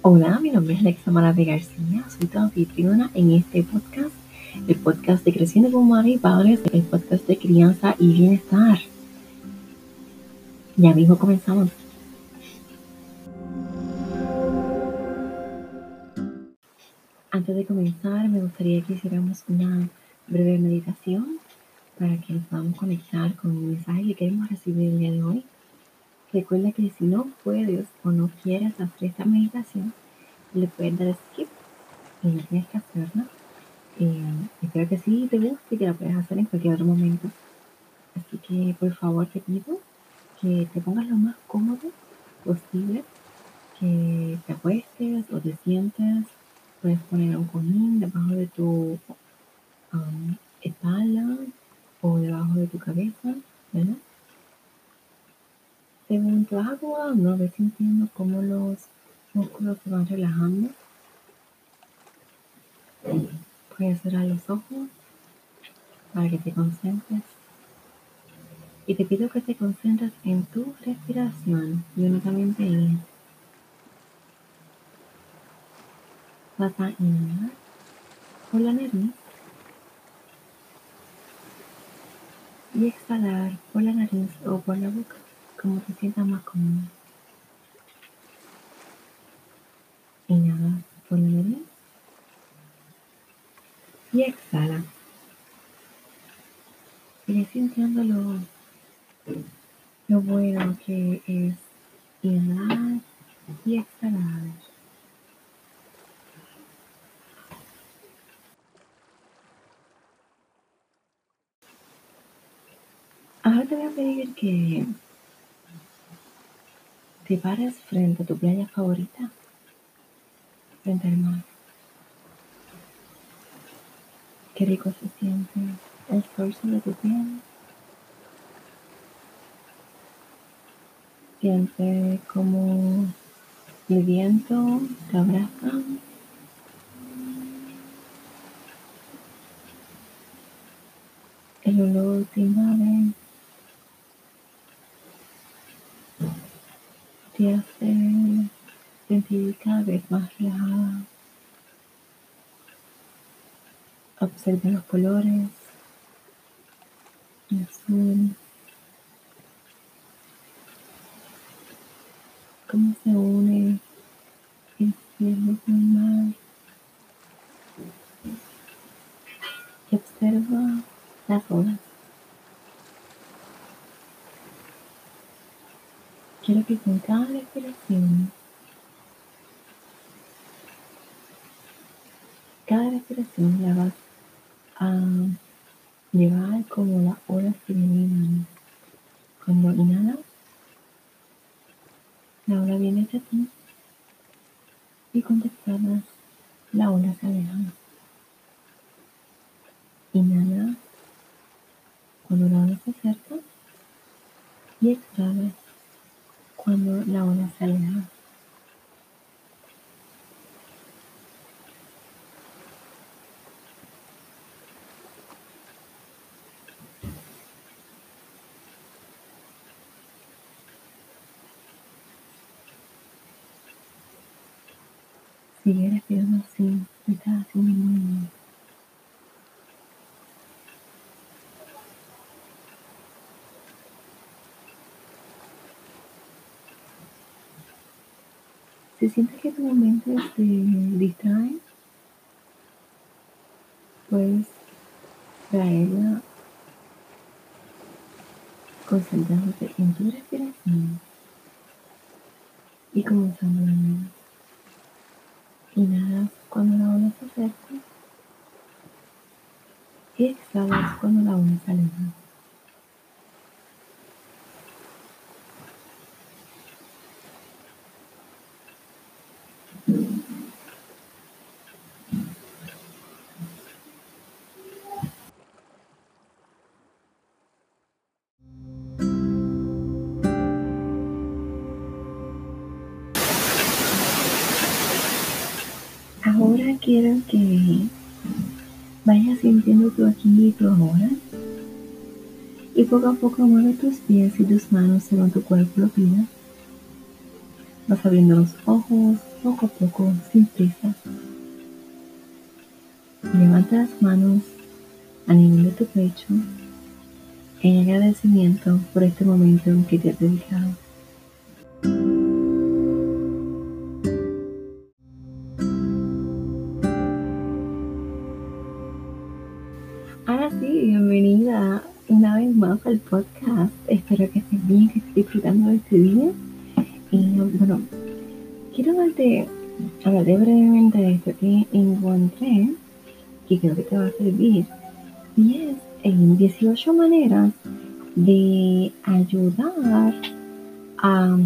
Hola, mi nombre es Lexa Malavé García, soy tu anfitriona en este podcast, el podcast de Creciendo con Madre y Padres, el podcast de crianza y bienestar. Ya mismo comenzamos. Antes de comenzar, me gustaría que hiciéramos una breve meditación para que nos podamos conectar con el mensaje que queremos recibir el día de hoy. Recuerda que si no puedes o no quieres hacer esta meditación, le puedes dar skip y no tienes que hacerla. Espero que sí te guste y que la puedas hacer en cualquier otro momento. Así que por favor te pido que te pongas lo más cómodo posible, que te acuestes o te sientes. Puedes poner un cojín debajo de tu espalda o debajo de tu cabeza, ¿verdad? Según te vas acomodando, ves sintiendo cómo los músculos se van relajando. Puedes cerrar los ojos para que te concentres. Y te pido que te concentres en tu respiración y únicamente en eso. Vas a inhalar por la nariz y exhalar por la nariz o por la boca, como te sientas más cómodo. Inhala por la nariz y exhala. Sigue sintiendo lo bueno que es inhalar y exhalar. Ahora te voy a pedir que te pares frente a tu playa favorita, frente al mar. Qué rico se siente el sol sobre tu piel. Siente como el viento te abraza. El olor te invade. Te hace sentir cada vez más relajada. Observa los colores, el azul, cómo se une el cielo con el mar. Y observa las olas. Quiero que con cada respiración la vas a llevar como las olas que vienen. Cuando inhalas, la ola viene hacia ti y cuando exhalas, la ola se aleja. Inhala cuando la ola se acerca y exhala cuando la ola se aleja. Sigue respirando así, estás haciendo muy bien. Si sientes que tu mente se distrae, puedes traerla concentrándote en tu respiración y comenzando de nuevo. Inhalas cuando la ola se acerca y exhalas cuando la ola se aleja. Ahora quiero que vayas sintiendo tu aquí y tu ahora y poco a poco mueve tus pies y tus manos según tu cuerpo lo pida. Vas abriendo los ojos poco a poco, sin prisa. Levanta las manos a nivel de tu pecho en agradecimiento por este momento que te has dedicado. Ahora sí, bienvenida una vez más al podcast. Espero que estés bien, que estés disfrutando de este día. Y bueno, quiero hablarte brevemente de esto que encontré, que creo que te va a servir. Y es en 18 maneras de ayudar a...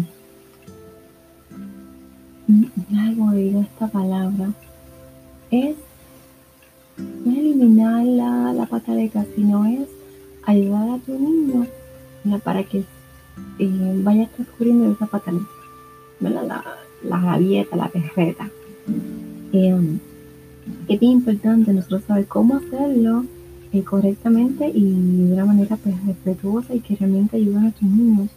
Algo digo esta palabra. Es no eliminar la pataleta, sino es ayudar a tu niño para que vaya transcurriendo esa pataleta, ¿verdad? La rabieta, la perreta. Es bien importante nosotros saber cómo hacerlo correctamente y de una manera pues respetuosa y que realmente ayude a nuestros niños.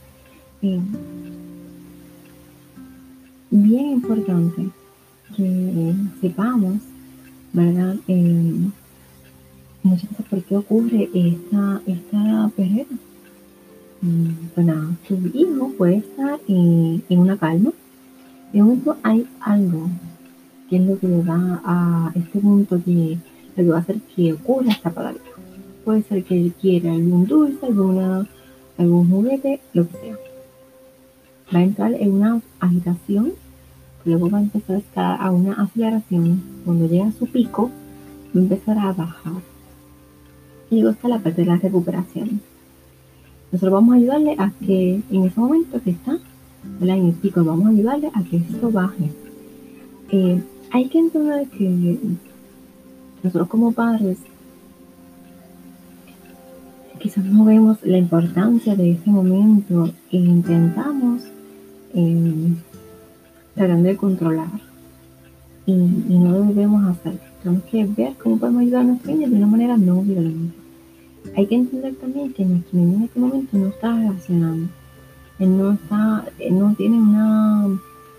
Bien importante que sepamos, ¿verdad? Muchas veces por qué ocurre esta perreta. Pues nada, tu hijo puede estar en una calma. De momento hay algo que es lo que le da a este punto que lo que va a hacer que ocurra esta palabra. Puede ser que él quiera algún dulce, algún juguete, lo que sea. Va a entrar en una agitación, luego va a empezar a escalar a una aceleración. Cuando llega a su pico, va a empezar a bajar. Y luego está la parte de la recuperación. Nosotros vamos a ayudarle a que en ese momento que está, ¿verdad? En el pico, vamos a ayudarle a que esto baje. Hay que entender que nosotros como padres quizás no vemos la importancia de ese momento e intentamos tratar de controlar y no lo debemos hacer. Tenemos que ver cómo podemos ayudar a nuestro niño de una manera no violenta. Hay que entender también que nuestro niño en este momento no está reaccionando. Él no tiene una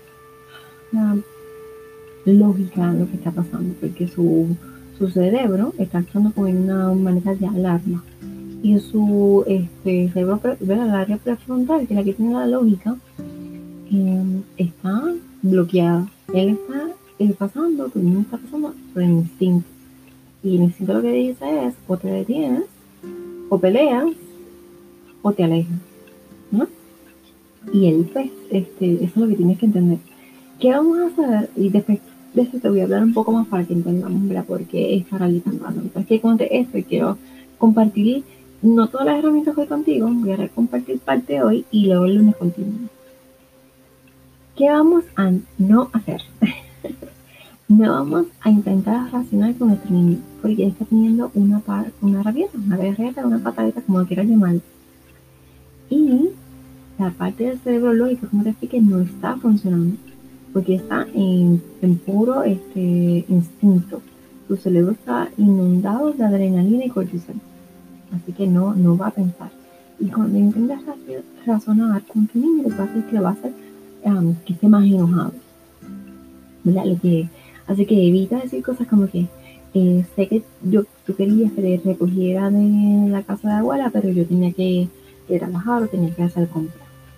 lógica en lo que está pasando, porque su cerebro está actuando con una manera de alarma. Y su cerebro, el área prefrontal, que es la que tiene la lógica, está bloqueada. Él está pasando, tu niño está pasando por el instinto. Y el instinto lo que dice es, o te detienes, o peleas, o te alejas, ¿no? Y él, pues, eso es lo que tienes que entender. ¿Qué vamos a hacer? Y después de eso te voy a hablar un poco más para que entendamos, ¿verdad? Por qué esta rayita pasa. Entonces, que conté esto y quiero compartir, no todas las herramientas hoy contigo, voy a compartir parte hoy y luego el lunes continúo. ¿Qué vamos a no hacer? No vamos a intentar racionar con nuestro niño, porque está teniendo una rabieta, una berreta, una patadita, como lo quieras llamar. Y la parte del cerebro lógico, como te expliqué, no está funcionando, porque está en puro instinto. Tu cerebro está inundado de adrenalina y cortisol, así que no va a pensar. Y cuando intentas razonar con tu niño, lo que pasa es que lo va a hacer que esté más enojado, ¿verdad? Así que evita decir cosas como que sé que tú querías que te recogiera de la casa de abuela, pero yo tenía que trabajar o tenía que hacer compras.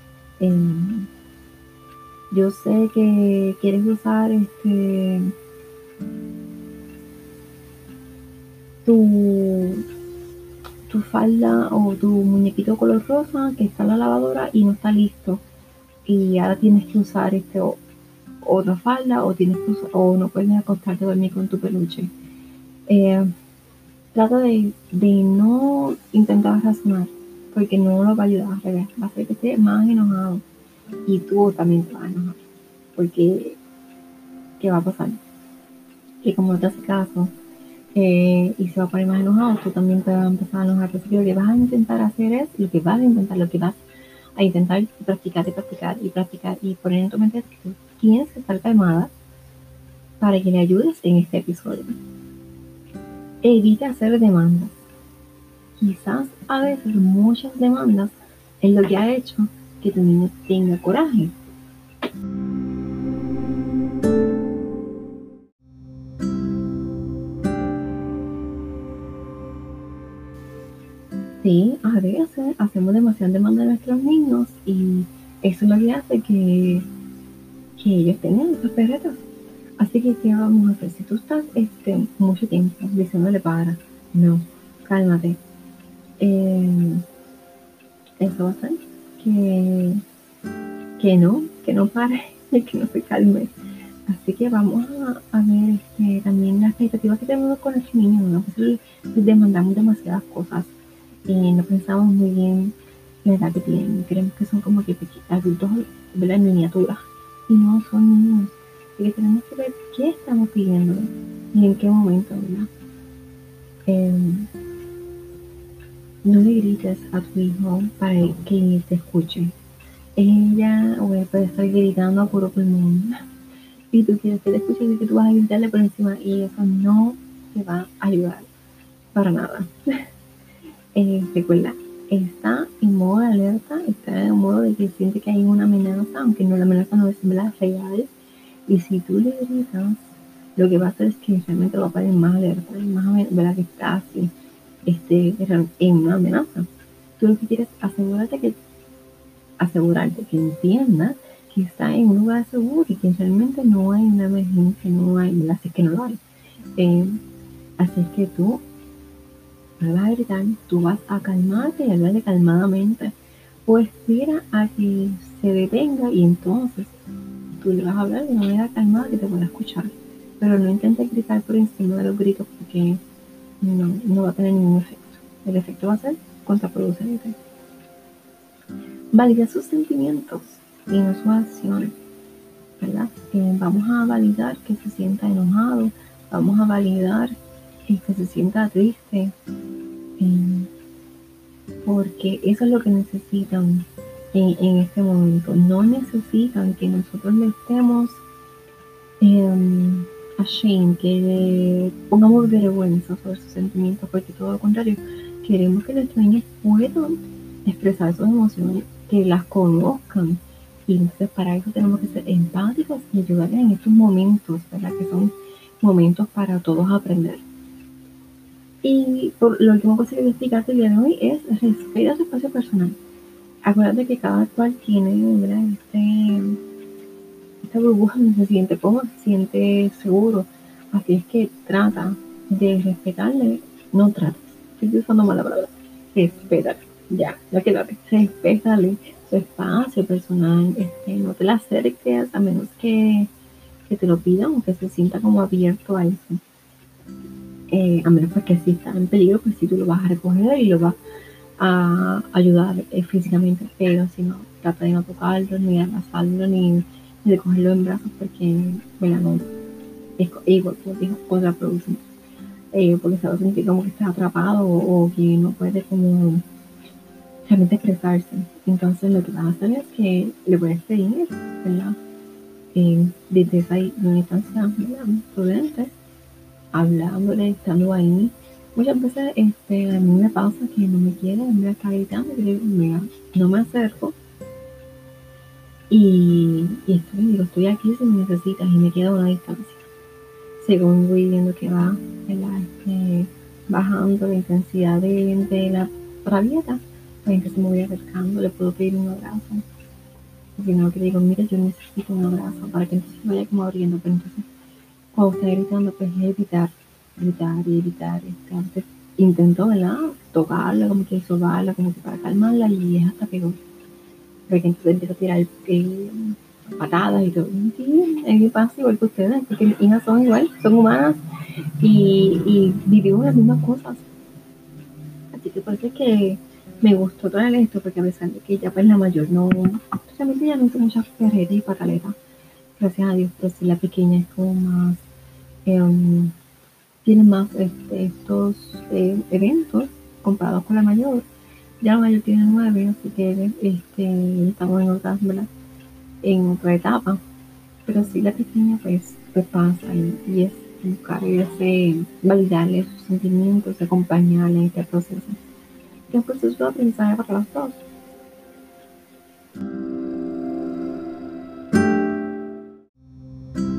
Yo sé que quieres usar tu falda o tu muñequito color rosa que está en la lavadora y no está listo. Y ahora tienes que usar otra falda o no puedes acostarte a dormir con tu peluche. Trata de no intentar razonar, porque no lo va a ayudar, al revés, va a hacer que esté más enojado y tú también te vas a enojar, porque ¿qué va a pasar? Que como no te hace caso y se va a poner más enojado, tú también te vas a empezar a enojar. Así que lo que vas a intentar hacer es, lo que vas a intentar practicar y poner en tu mente que tú tienes que estar calmada para que le ayudes en este episodio. Evita hacer demandas. Quizás a veces muchas demandas es lo que ha hecho que tu niño tenga coraje. Sí, a veces hacemos demasiada demanda de nuestros niños y eso es lo que hace que ellos tengan esas perretas. Así que, ¿qué vamos a hacer? Si tú estás mucho tiempo diciéndole para, no, cálmate, eh, eso va a hacer que, que no pare y que no se calme. Así que vamos a ver también las expectativas que tenemos con los niños. ¿No? A veces les demandamos demasiadas cosas y no pensamos muy bien la edad que tienen. Creemos que son como que adultos de la miniatura y no son niños. Así que tenemos que ver qué estamos pidiendo y en qué momento, ¿verdad? Eh, no le grites a tu hijo para que te escuche. Ella o él puede estar gritando a puro pulmón y tú quieres que te escuche y que tú vas a gritarle por encima y eso no te va a ayudar para nada. Recuerda, está en modo de alerta, está en modo de que siente que hay una amenaza, aunque no la amenaza no es real. Y si tú le gritas, lo que va a hacer es que realmente va a poner más alerta y más verdad que está así en una amenaza. Tú lo que quieres es asegurarte que entienda que está en un lugar seguro y que realmente no hay una emergencia, no hay, así que no lo hay. Así es que tú no vas a gritar, tú vas a calmarte y hablarle calmadamente o espera a que se detenga y entonces tú le vas a hablar de una manera calmada que te pueda escuchar. Pero no intentes gritar por encima de los gritos porque no va a tener ningún efecto. El efecto va a ser contraproducente. Valida sus sentimientos y no sus acciones, ¿verdad? Vamos a validar que se sienta enojado, vamos a validar que se sienta triste, porque eso es lo que necesitan en este momento. No necesitan que nosotros le estemos ashamed, que le pongamos vergüenza sobre sus sentimientos, porque todo lo contrario, queremos que nuestros niños puedan expresar sus emociones, que las conozcan. Y entonces para eso tenemos que ser empáticos y ayudarles en estos momentos, ¿verdad? Que son momentos para todos aprender. Y por lo último cosa que voy a explicarte el día de hoy es respeta su espacio personal. Acuérdate que cada cual tiene, ¿verdad? Esta burbuja donde se siente cómodo, se siente seguro. Así es que trata de respetarle, no trates, estoy usando mala palabra, respétale, ya quédate, respétale su espacio personal, no te la acerques a menos que te lo pidan o que se sienta como abierto a eso. A menos pues que si está en peligro, pues si tú lo vas a recoger y lo vas a ayudar físicamente, pero si no, trata de no tocarlo, ni de abrazarlo, ni de cogerlo en brazos, porque, bueno, no, es igual, como dijo, contraproducente, porque se va a sentir como que está atrapado o que no puede como realmente expresarse. Entonces lo que vas a hacer es que le puedes pedir, ¿verdad? Desde esa instancia, ¿verdad? Prudente, hablándole, estando ahí. Muchas veces a mí me pasa que no me quiere, me está gritando, y digo, mira, no me acerco y estoy aquí si me necesitas y me quedo a una distancia. Según voy viendo que va ¿verdad? Bajando la intensidad de la rabieta, pues entonces me voy acercando, le puedo pedir un abrazo. Si no, que digo, mira, yo necesito un abrazo para que entonces vaya como abriendo, pero entonces cuando está gritando, pues gritar y evitar. Antes intento, ¿verdad? Tocarla, como que sobarla, como que para calmarla y es hasta peor. Porque entonces empieza a tirar patadas y todo. Sí, a mí me pasa igual que ustedes, porque mis hijas son igual, son humanas y vivimos las mismas cosas. Así que por eso es que me gustó traer esto, porque a pesar de que ya pues la mayor no, realmente ya no hizo muchas carreras y pataletas, gracias a Dios, pero si la pequeña es como más tiene más estos eventos comparados con la mayor. Ya la mayor tiene 9, así que estamos en otra, ¿verdad? En otra etapa. Pero sí la pequeña pues pasa y es buscar ese, validarle sus sentimientos, acompañarle en este proceso. Que es un proceso de aprendizaje para los dos.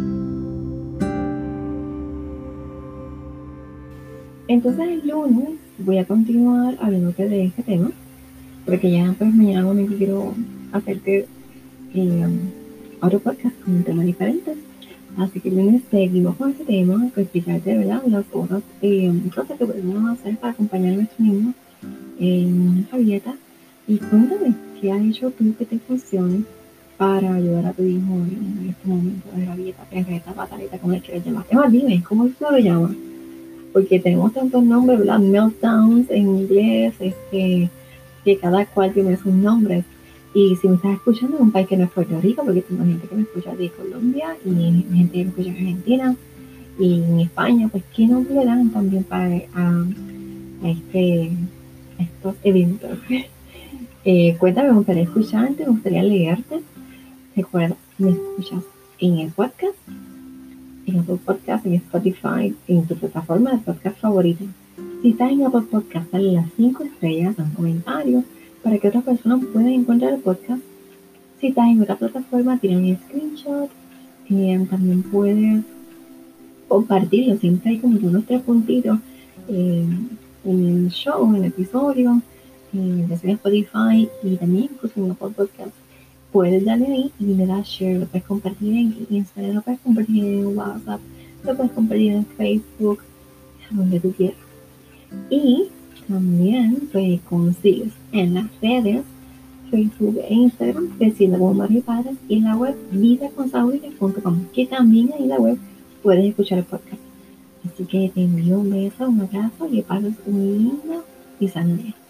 Entonces el lunes voy a continuar hablándote de este tema, porque ya pues mañana domingo quiero hacerte eh, otro podcast con un tema diferente. Así que el lunes seguimos con este tema, para explicarte, ¿verdad?, las otras cosas que podemos hacer para acompañar a nuestro niño en esta dieta. Y cuéntame, ¿qué has hecho tú que te funcione para ayudar a tu hijo en este momento de la dieta, perreta, pataleta, como le quieras llamar? Es más, dime, ¿cómo tú lo llamas? Porque tenemos tantos nombres, ¿verdad? Meltdowns en inglés, que cada cual tiene sus nombres. Y si me estás escuchando en un país que no es Puerto Rico, porque tengo gente que me escucha de Colombia y gente que me escucha en Argentina y en España, pues ¿qué nombre le dan también para a estos eventos? Cuéntame, me gustaría escucharte, me gustaría leerte. Recuerda, me escuchas en el podcast, en Apple Podcast, en Spotify, en tu plataforma de podcast favorita. Si estás en Apple Podcast, dale las 5 estrellas, dan comentarios para que otras personas puedan encontrar el podcast. Si estás en otra plataforma, tira un screenshot. También puedes compartirlo. Siempre hay como unos 3 puntitos en el show, en el episodio, ya sea en Spotify y también incluso en Apple Podcast. Puedes darle ahí y le das share. Lo puedes compartir en Instagram, lo puedes compartir en WhatsApp, lo puedes compartir en Facebook, donde tú quieras. Y también pues consigues en las redes Facebook e Instagram creciendo como Mario Padres y en la web vidaconsaúdica.com, que también ahí en la web puedes escuchar el podcast. Así que te envío un beso, un abrazo y que pases un lindo y sano día.